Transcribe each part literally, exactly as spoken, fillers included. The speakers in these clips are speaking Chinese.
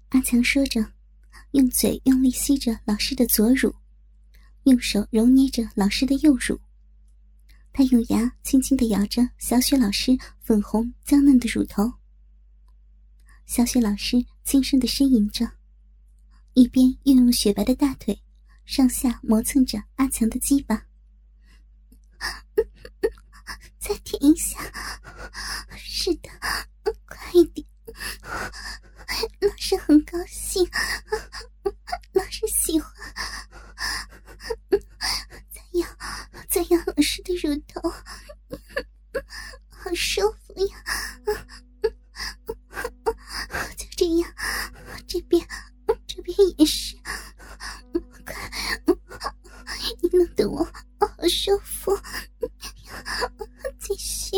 阿强说着，用嘴用力吸着老师的左乳，用手揉捏着老师的右乳。他用牙轻轻地咬着小雪老师粉红娇嫩的乳头。小雪老师轻声地呻吟着，一边又用雪白的大腿上下磨蹭着阿强的鸡巴。再舔一下，是的，快一点，老师很高兴，老师喜欢，再咬再咬老师的乳头，好舒服呀，就这样，这边这边也是，快，你弄得我好舒服，继续。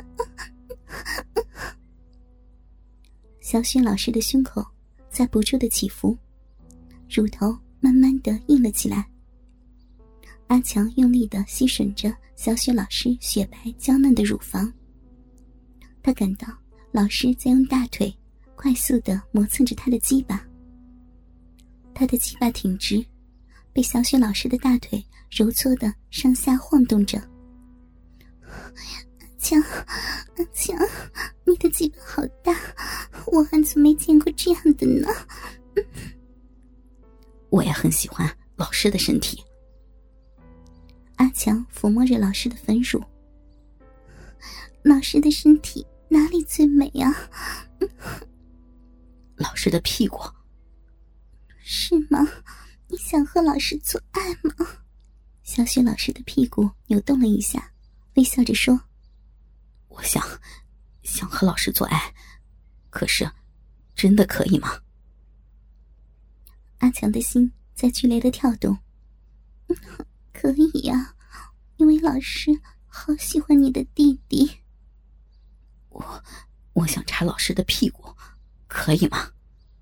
小雪老师的胸口在不住的起伏，乳头慢慢的硬了起来。阿强用力的吸吮着小雪老师雪白娇嫩的乳房，他感到老师在用大腿快速的磨蹭着他的鸡巴，他的鸡巴挺直，被小雪老师的大腿揉搓的上下晃动着。阿强，阿强，你的鸡巴好大，我还从没见过这样的呢。 我也很喜欢老师的身体。 阿强抚摸着老师的粉乳，老师的身体哪里最美啊？ 老师的屁股。 是吗？你想和老师做爱吗？小雪老师的屁股扭动了一下，微笑着说： 我想想和老师做爱，可是真的可以吗？ 阿强的心在剧烈的跳动。可以呀，因为老师好喜欢你的弟弟。 我我想插老师的屁股，可以吗？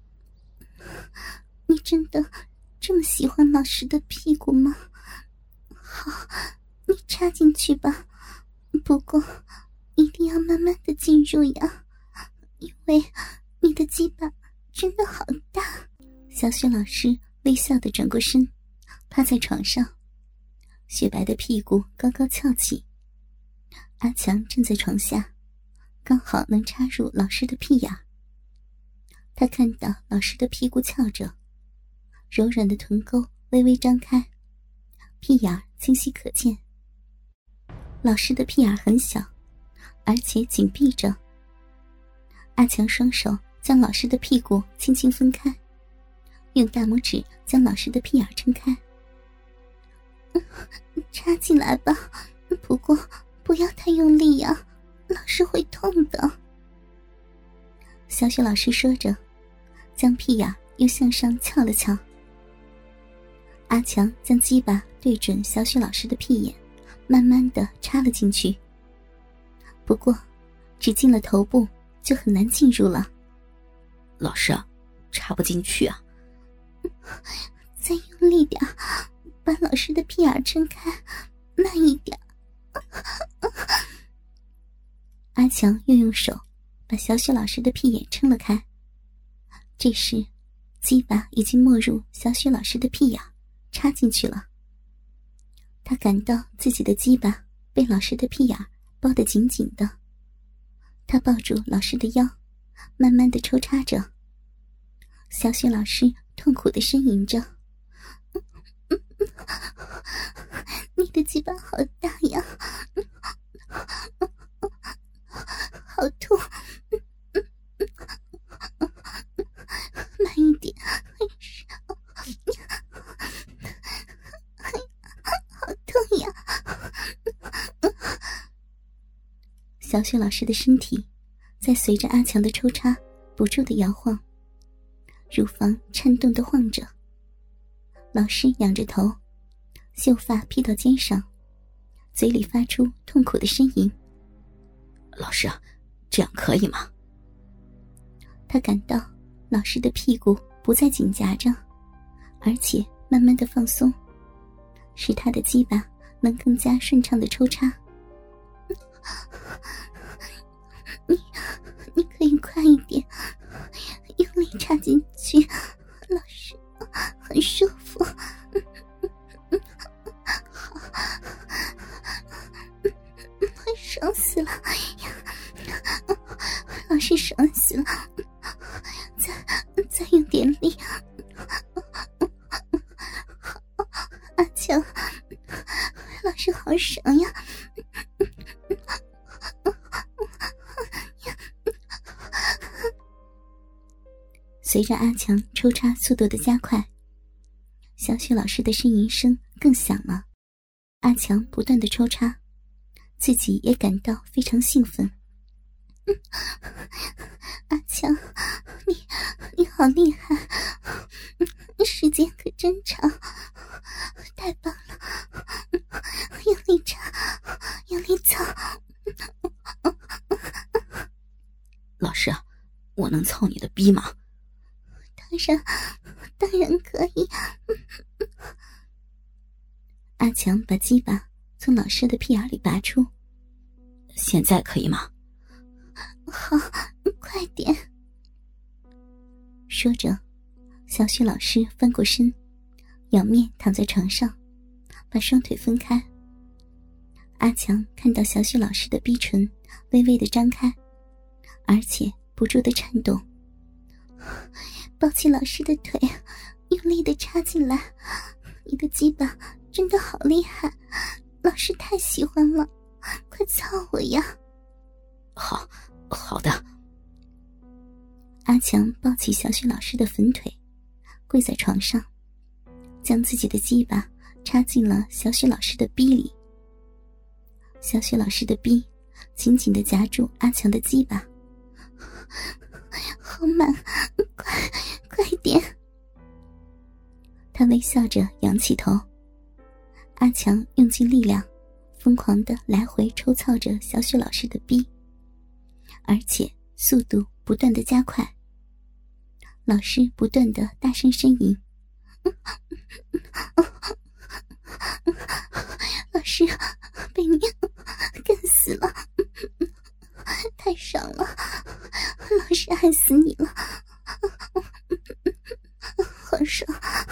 你真的这么喜欢老师的屁股吗？好，你插进去吧，不过一定要慢慢的进入呀，因为你的鸡巴真的好大。小雪老师微笑的转过身，趴在床上，雪白的屁股高高翘起。阿强站在床下，刚好能插入老师的屁眼。他看到老师的屁股翘着，柔软的臀沟微微张开，屁眼清晰可见。老师的屁眼很小，而且紧闭着。阿强双手将老师的屁股轻轻分开，用大拇指将老师的屁眼撑开。插进来吧，不过不要太用力呀，老师会痛的。小雪老师说着，将屁眼又向上翘了翘。阿强将鸡巴对准小雪老师的屁眼，慢慢地插了进去。不过只进了头部就很难进入了。 老师，插不进去啊。 再用力点，把老师的屁眼撑开，慢一点。阿强又用手把小雪老师的屁眼撑了开。这时鸡巴已经没入小雪老师的屁眼，插进去了。他感到自己的鸡巴被老师的屁眼包得紧紧的。他抱住老师的腰，慢慢地抽插着。小雪老师痛苦地呻吟着：你的鸡巴好大呀，好痛，慢一点，好痛呀。小雪老师的身体在随着阿强的抽插不住地摇晃，乳房颤动地晃着。老师仰着头，秀发披到肩上，嘴里发出痛苦的呻吟。 老师，这样可以吗？ 他感到老师的屁股不再紧夹着，而且慢慢的放松，使他的鸡巴能更加顺畅的抽插。你你可以快一点，用力插进去，老师很舒服。好，爽死了，老师爽死了，再再用点力。阿强，老师好爽呀！随着阿强抽插速度的加快，小雪老师的呻吟声更响了。阿强不断的抽插，自己也感到非常兴奋。阿强，你你好厉害，时间可真长，太棒了！用力插，用力操。 老师，我能操你的逼吗？ 当然，当然可以。阿强把鸡巴从老师的屁眼里拔出。 现在可以吗？ 好，快点。说着，小雪老师翻过身，仰面躺在床上，把双腿分开。阿强看到小雪老师的逼唇微微的张开，而且不住的颤动，抱起老师的腿，用力的插进来。你的鸡巴真的好厉害，老师太喜欢了，快操我呀！ 好，好的。 阿强抱起小雪老师的粉腿，跪在床上，将自己的鸡巴插进了小雪老师的逼里。小雪老师的逼紧紧地夹住阿强的鸡巴，好满，快快点！他微笑着仰起头，阿强用尽力量，疯狂地来回抽操着小雪老师的逼，而且速度不断地加快。老师不断地大声呻吟。老师，被你干死了，太爽了，老师爱死你了，好爽，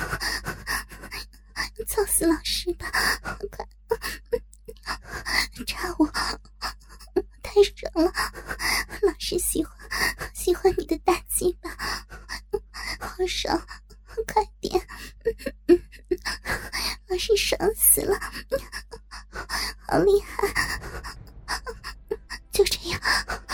操死老师吧，快插我，太爽了，老师喜欢喜欢你的大鸡巴，好爽，快点，老师爽死了，好厉害，就这样。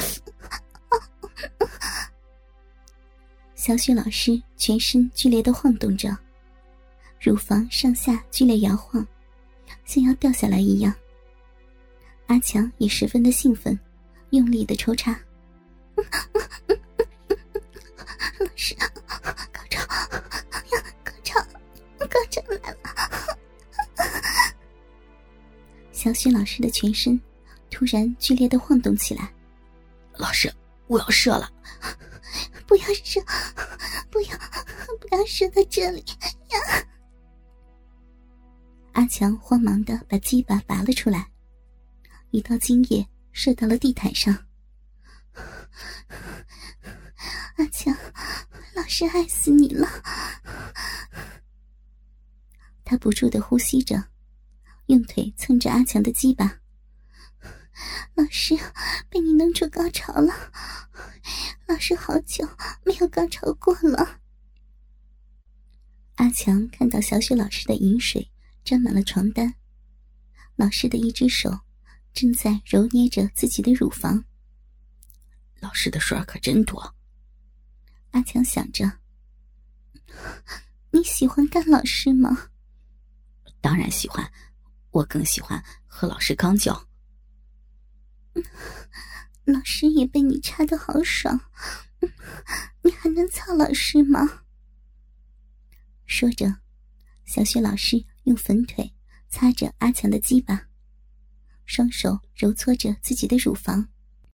小雪老师全身剧烈地晃动着，乳房上下剧烈摇晃，像要掉下来一样。阿强也十分的兴奋，用力地抽插。老师，高潮呀，高潮，高潮来了！小雪老师的全身突然剧烈地晃动起来。 老师，我要射了！ 不要射，不要，不要射到这里呀！阿强慌忙地把鸡巴拔了出来，一道精液射到了地毯上。阿强，老师爱死你了！他不住地呼吸着，用腿蹭着阿强的鸡巴。老师，被你弄出高潮了，老师好久没有高潮过了。阿强看到小雪老师的饮水沾满了床单，老师的一只手正在揉捏着自己的乳房。 老师的水可真多。 阿强想着，你喜欢干老师吗？ 当然喜欢，我更喜欢和老师刚交。 老师也被你插得好爽，你还能操老师吗？说着，小雪老师用粉腿擦着阿强的鸡巴，双手揉搓着自己的乳房。